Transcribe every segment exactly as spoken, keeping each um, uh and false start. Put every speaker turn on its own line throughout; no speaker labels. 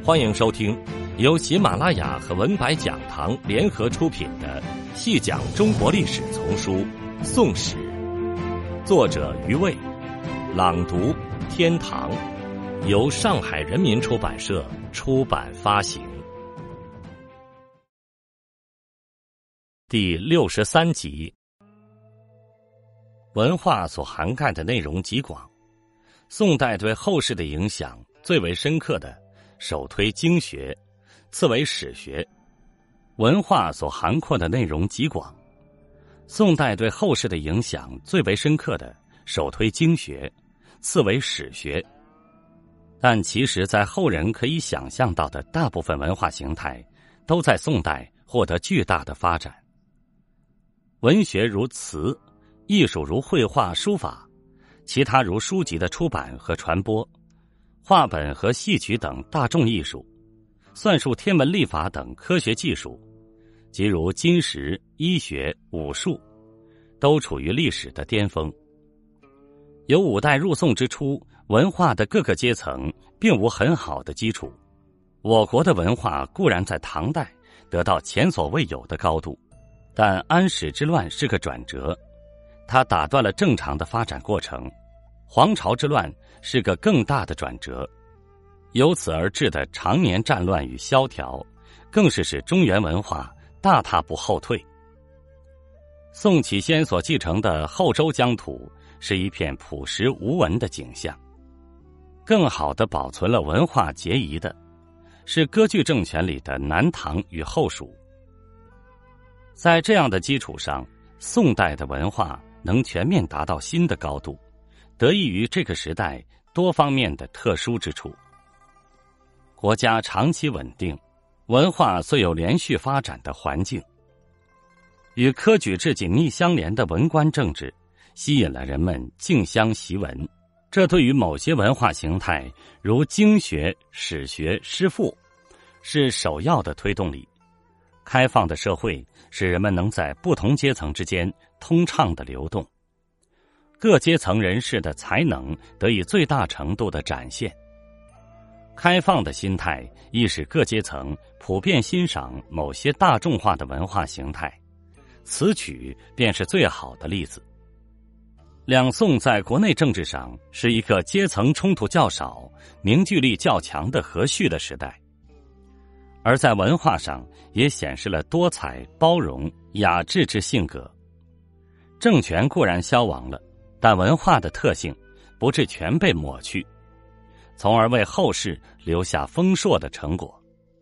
欢迎收听由喜马拉雅和文白讲堂联合出品的《细讲中国历史丛书·宋史》，作者余卫，朗读天堂，由上海人民出版社出版发行。第六十三集，文化所涵盖的内容极广，宋代对后世的影响最为深刻的，首推经学，次为史学。文化所涵括的内容极广，宋代对后世的影响最为深刻的，首推经学，次为史学。但其实在后人可以想象到的大部分文化形态，都在宋代获得巨大的发展。文学如词，艺术如绘画书法，其他如书籍的出版和传播，话本和戏曲等大众艺术，算术天文历法等科学技术，即如金石、医学、武术，都处于历史的巅峰。由五代入宋之初，文化的各个阶层并无很好的基础。我国的文化固然在唐代得到前所未有的高度，但安史之乱是个转折，它打断了正常的发展过程。黄巢之乱是个更大的转折，由此而至的常年战乱与萧条，更是使中原文化大踏步后退。宋起先所继承的后周疆土是一片朴实无闻的景象，更好地保存了文化结遗的是割据政权里的南唐与后蜀。在这样的基础上，宋代的文化能全面达到新的高度，得益于这个时代多方面的特殊之处。国家长期稳定，文化虽有连续发展的环境，与科举制紧密相连的文官政治吸引了人们竞相习文，这对于某些文化形态如经学、史学、诗赋是首要的推动力。开放的社会使人们能在不同阶层之间通畅的流动，各阶层人士的才能得以最大程度的展现。开放的心态亦使各阶层普遍欣赏某些大众化的文化形态，此曲便是最好的例子。两宋在国内政治上是一个阶层冲突较少、凝聚力较强的和煦的时代，而在文化上也显示了多彩、包容、雅致之性格。政权固然消亡了，但文化的特性不致全被抹去，从而为后世留下丰硕的成果。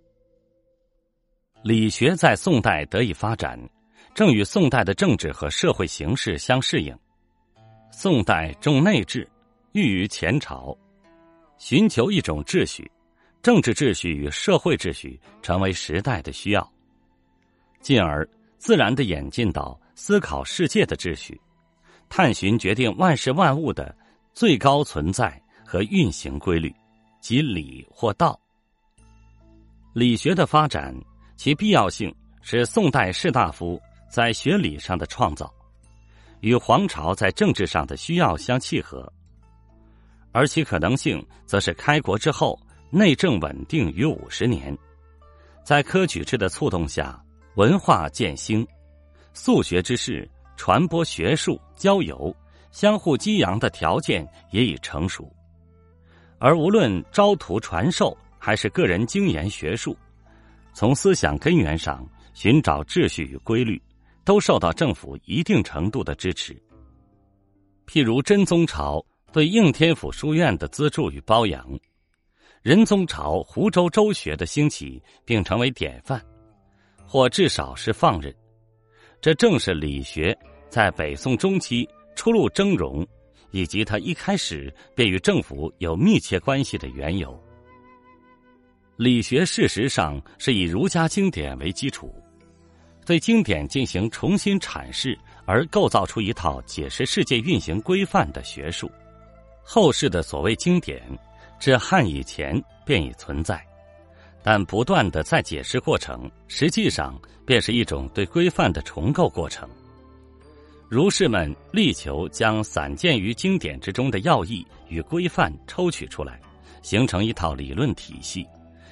理学在宋代得以发展，正与宋代的政治和社会形势相适应。宋代重内治，寓于前朝，寻求一种秩序，政治秩序与社会秩序成为时代的需要，进而自然地演进到思考世界的秩序，探寻决定万事万物的最高存在和运行规律，即理或道。理学的发展，其必要性是宋代士大夫在学理上的创造，与皇朝在政治上的需要相契合，而其可能性则是开国之后内政稳定于五十年，在科举制的促动下，文化渐兴，素学之士传播学术、交游、相互激扬的条件也已成熟。而无论招徒传授还是个人精研学术，从思想根源上寻找秩序与规律，都受到政府一定程度的支持。譬如真宗朝对应天府书院的资助与褒扬，仁宗朝湖州州学的兴起并成为典范，或至少是放任。这正是理学在北宋中期初露峥嵘，以及它一开始便与政府有密切关系的缘由。理学事实上是以儒家经典为基础，对经典进行重新阐释，而构造出一套解释世界运行规范的学术。后世的所谓经典，至汉以前便已存在，但不断的在解释过程，实际上便是一种对规范的重构过程。儒士们力求将散见于经典之中的要义与规范抽取出来，形成一套理论体系，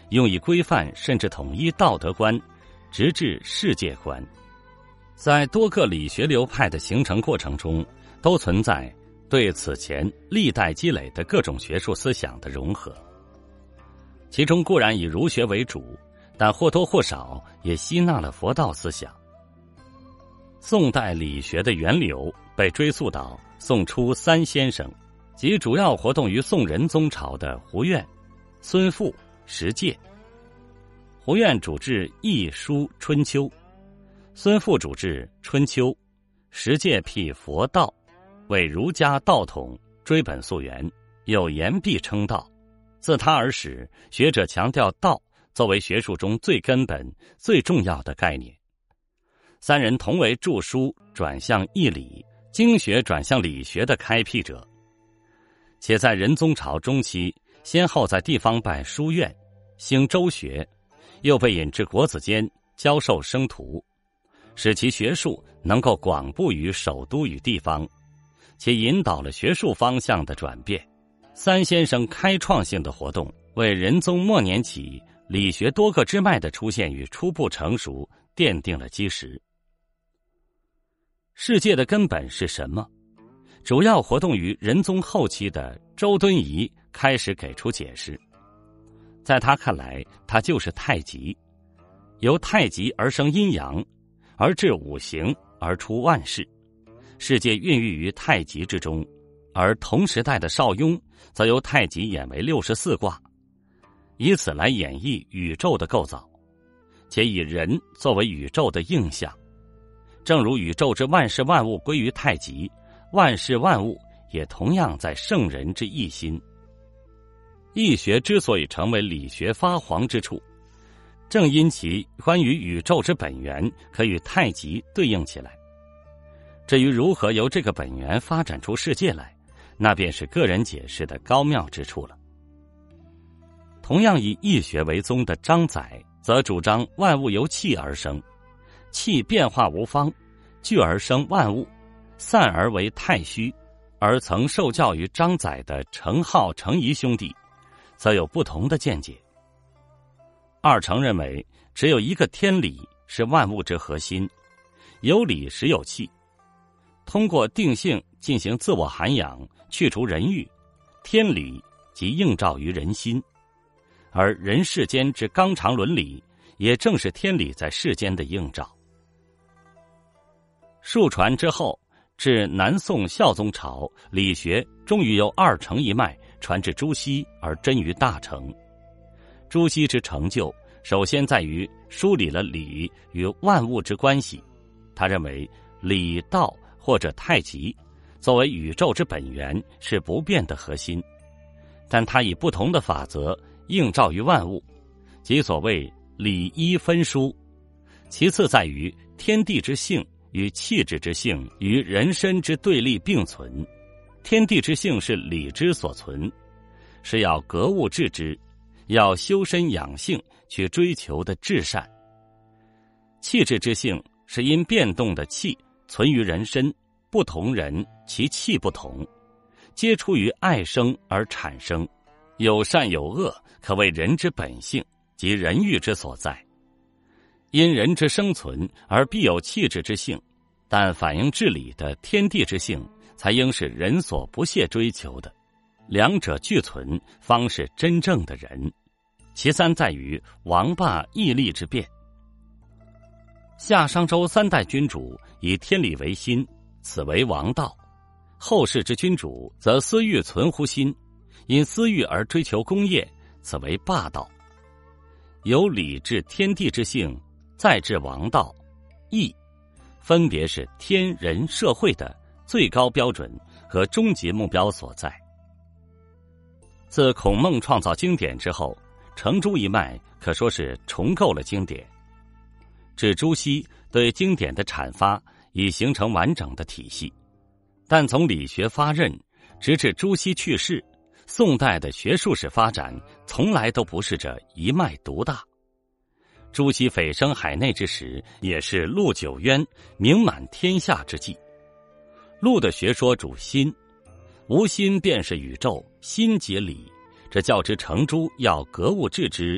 用以规范甚至统一道德观，直至世界观。在多个理学流派的形成过程中，都存在对此前历代积累的各种学术思想的融合。其中固然以儒学为主，但或多或少也吸纳了佛道思想。宋代理学的源流被追溯到宋初三先生，即主要活动于宋仁宗朝的胡苑、孙复、石介。胡苑主治易书春秋，孙复主治春秋，石介辟佛道，为儒家道统追本溯源，有言必称道。自他而始，学者强调道作为学术中最根本、最重要的概念。三人同为著书转向义理、经学转向理学的开辟者，且在仁宗朝中期，先后在地方拜书院，兴州学，又被引至国子监教授生徒，使其学术能够广布于首都与地方，且引导了学术方向的转变。三先生开创性的活动，为仁宗末年起理学多个支脉的出现与初步成熟奠定了基石。世界的根本是什么？主要活动于仁宗后期的周敦颐开始给出解释。在他看来，它就是太极，由太极而生阴阳，而至五行，而出万事，世界孕育于太极之中。而同时代的邵雍则由太极演为六十四卦，以此来演绎宇宙的构造，且以人作为宇宙的映像。正如宇宙之万事万物归于太极，万事万物也同样在圣人之一心。易学之所以成为理学发黄之处，正因其关于宇宙之本源可与太极对应起来。至于如何由这个本源发展出世界来，那便是个人解释的高妙之处了。同样以易学为宗的张载，则主张万物由气而生，气变化无方，聚而生万物，散而为太虚。而曾受教于张载的程颢、程颐兄弟，则有不同的见解。二程认为，只有一个天理是万物之核心，有理实有气。通过定性进行自我涵养，去除人欲，天理即映照于人心，而人世间之纲常伦理，也正是天理在世间的映照。数传之后，至南宋孝宗朝，理学终于由二程一脉传至朱熹，而臻于大成。朱熹之成就，首先在于梳理了理与万物之关系。他认为理道或者太极作为宇宙之本源是不变的核心，但他以不同的法则映照于万物，即所谓理一分殊。其次在于天地之性与气质之性与人身之对立并存。天地之性是理之所存，是要格物致知，要修身养性去追求的至善。气质之性是因变动的气存于人身，不同人其气不同，皆出于爱生而产生，有善有恶，可谓人之本性，即人欲之所在。因人之生存而必有气质之性，但反映治理的天地之性才应是人所不懈追求的，两者俱存，方是真正的人。其三在于王霸义利之变。夏商周三代君主以天理为心，此为王道；后世之君主则私欲存乎心，因私欲而追求功业，此为霸道。由理治天地之性，再治王道、义，分别是天人社会的最高标准和终极目标所在。自孔孟创造经典之后，程朱一脉可说是重构了经典。至朱熹对经典的阐发已形成完整的体系，但从理学发轫直至朱熹去世，宋代的学术史发展从来都不是这一脉独大。朱熹蜚声海内之时，也是陆九渊名满天下之际。陆的学说主心，无心便是宇宙，心即理，这较之程朱要格物致知，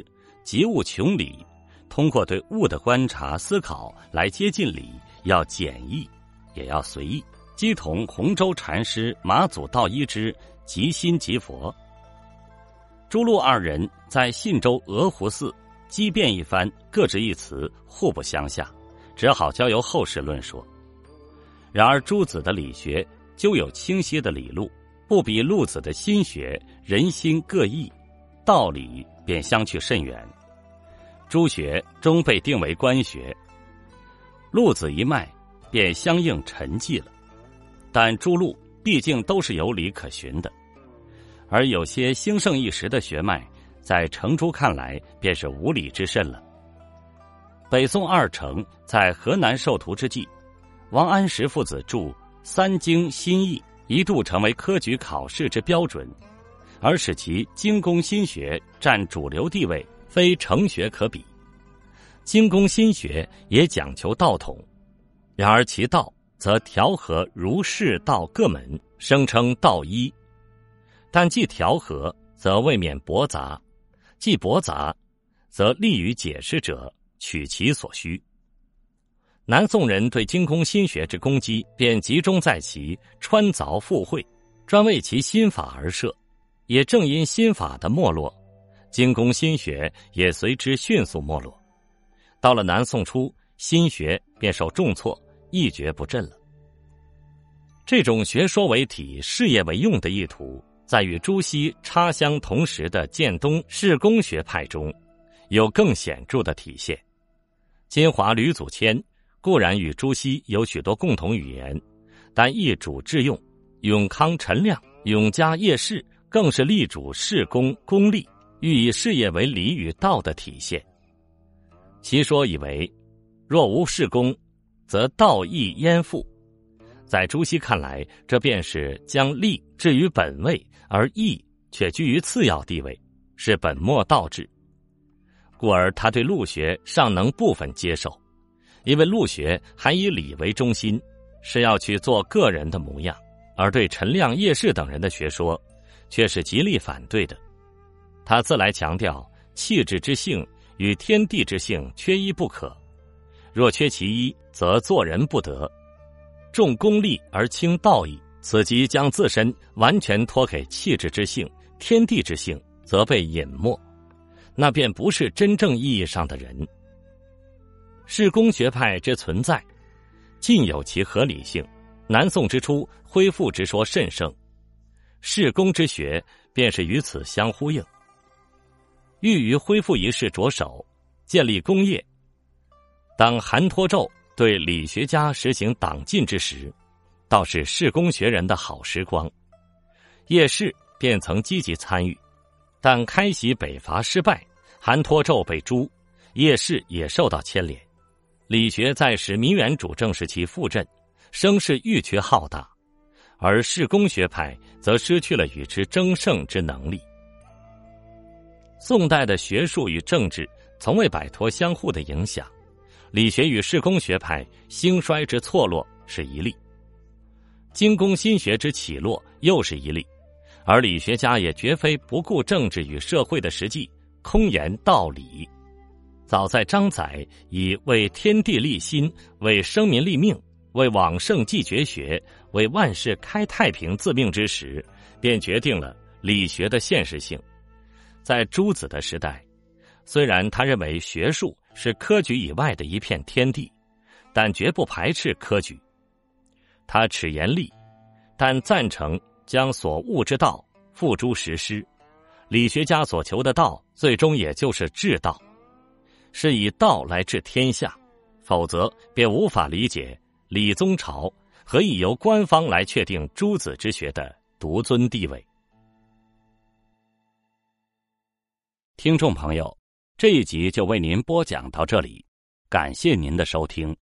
及物穷理，通过对物的观察思考来接近理，要简易，也要随意，即同洪州禅师马祖道一之即心即佛。朱陆二人在信州鹅湖寺激辩一番，各执一词，互不相下，只好交由后世论说。然而朱子的理学就有清晰的理路，不比陆子的心学人心各异，道理便相去甚远。朱学终被定为官学，陆子一脉便相应沉寂了。但朱陆毕竟都是有理可循的，而有些兴盛一时的学脉，在程朱看来便是无理之甚了。北宋二程在河南授徒之际，王安石父子著《三经新义》，一度成为科举考试之标准，而使其经工心学占主流地位，非程学可比。经工心学也讲求道统，然而其道则调和儒释道各门，声称道一，但既调和则未免驳杂，既驳杂则利于解释者取其所需。南宋人对经工心学之攻击便集中在其穿凿附会，专为其心法而设。也正因心法的没落，经工心学也随之迅速没落。到了南宋初，心学便受重挫，一蹶不振了。这种学说为体、事业为用的意图，在与朱熹插相同时的建东士工学派中有更显著的体现。金华吕祖谦固然与朱熹有许多共同语言，但一主致用，永康陈亮、永嘉叶氏更是力主事功功利，欲以事业为理与道的体现。其说以为，若无事功，则道义焉复？在朱熹看来，这便是将利置于本位，而义却居于次要地位，是本末倒置。故而他对陆学尚能部分接受，因为陆学还以理为中心，是要去做个人的模样，而对陈亮、叶氏等人的学说却是极力反对的。他自来强调气质之性与天地之性缺一不可，若缺其一，则做人不得。重功利而轻道义，此即将自身完全托给气质之性，天地之性则被隐没，那便不是真正意义上的人。士工学派之存在，尽有其合理性。南宋之初，恢复之说甚盛，士工之学便是与此相呼应。欲于恢复一事着手，建立工业。当韩托胄对理学家实行党禁之时，倒是士工学人的好时光。叶氏便曾积极参与，但开禧北伐失败，韩托胄被诛，叶氏也受到牵连。理学在使民元主政时期复振，声势愈缺浩大，而士工学派则失去了与之争胜之能力。宋代的学术与政治从未摆脱相互的影响，理学与士工学派兴衰之错落是一例，经工心学之起落又是一例，而理学家也绝非不顾政治与社会的实际，空言道理。早在张载以为天地立心，为生民立命，为往圣继绝学，为万世开太平自命之时，便决定了理学的现实性。在朱子的时代，虽然他认为学术是科举以外的一片天地，但绝不排斥科举。他齿言利，但赞成将所悟之道付诸实施。理学家所求的道，最终也就是治道，是以道来治天下，否则便无法理解理宗朝何以由官方来确定诸子之学的独尊地位。听众朋友，这一集就为您播讲到这里，感谢您的收听。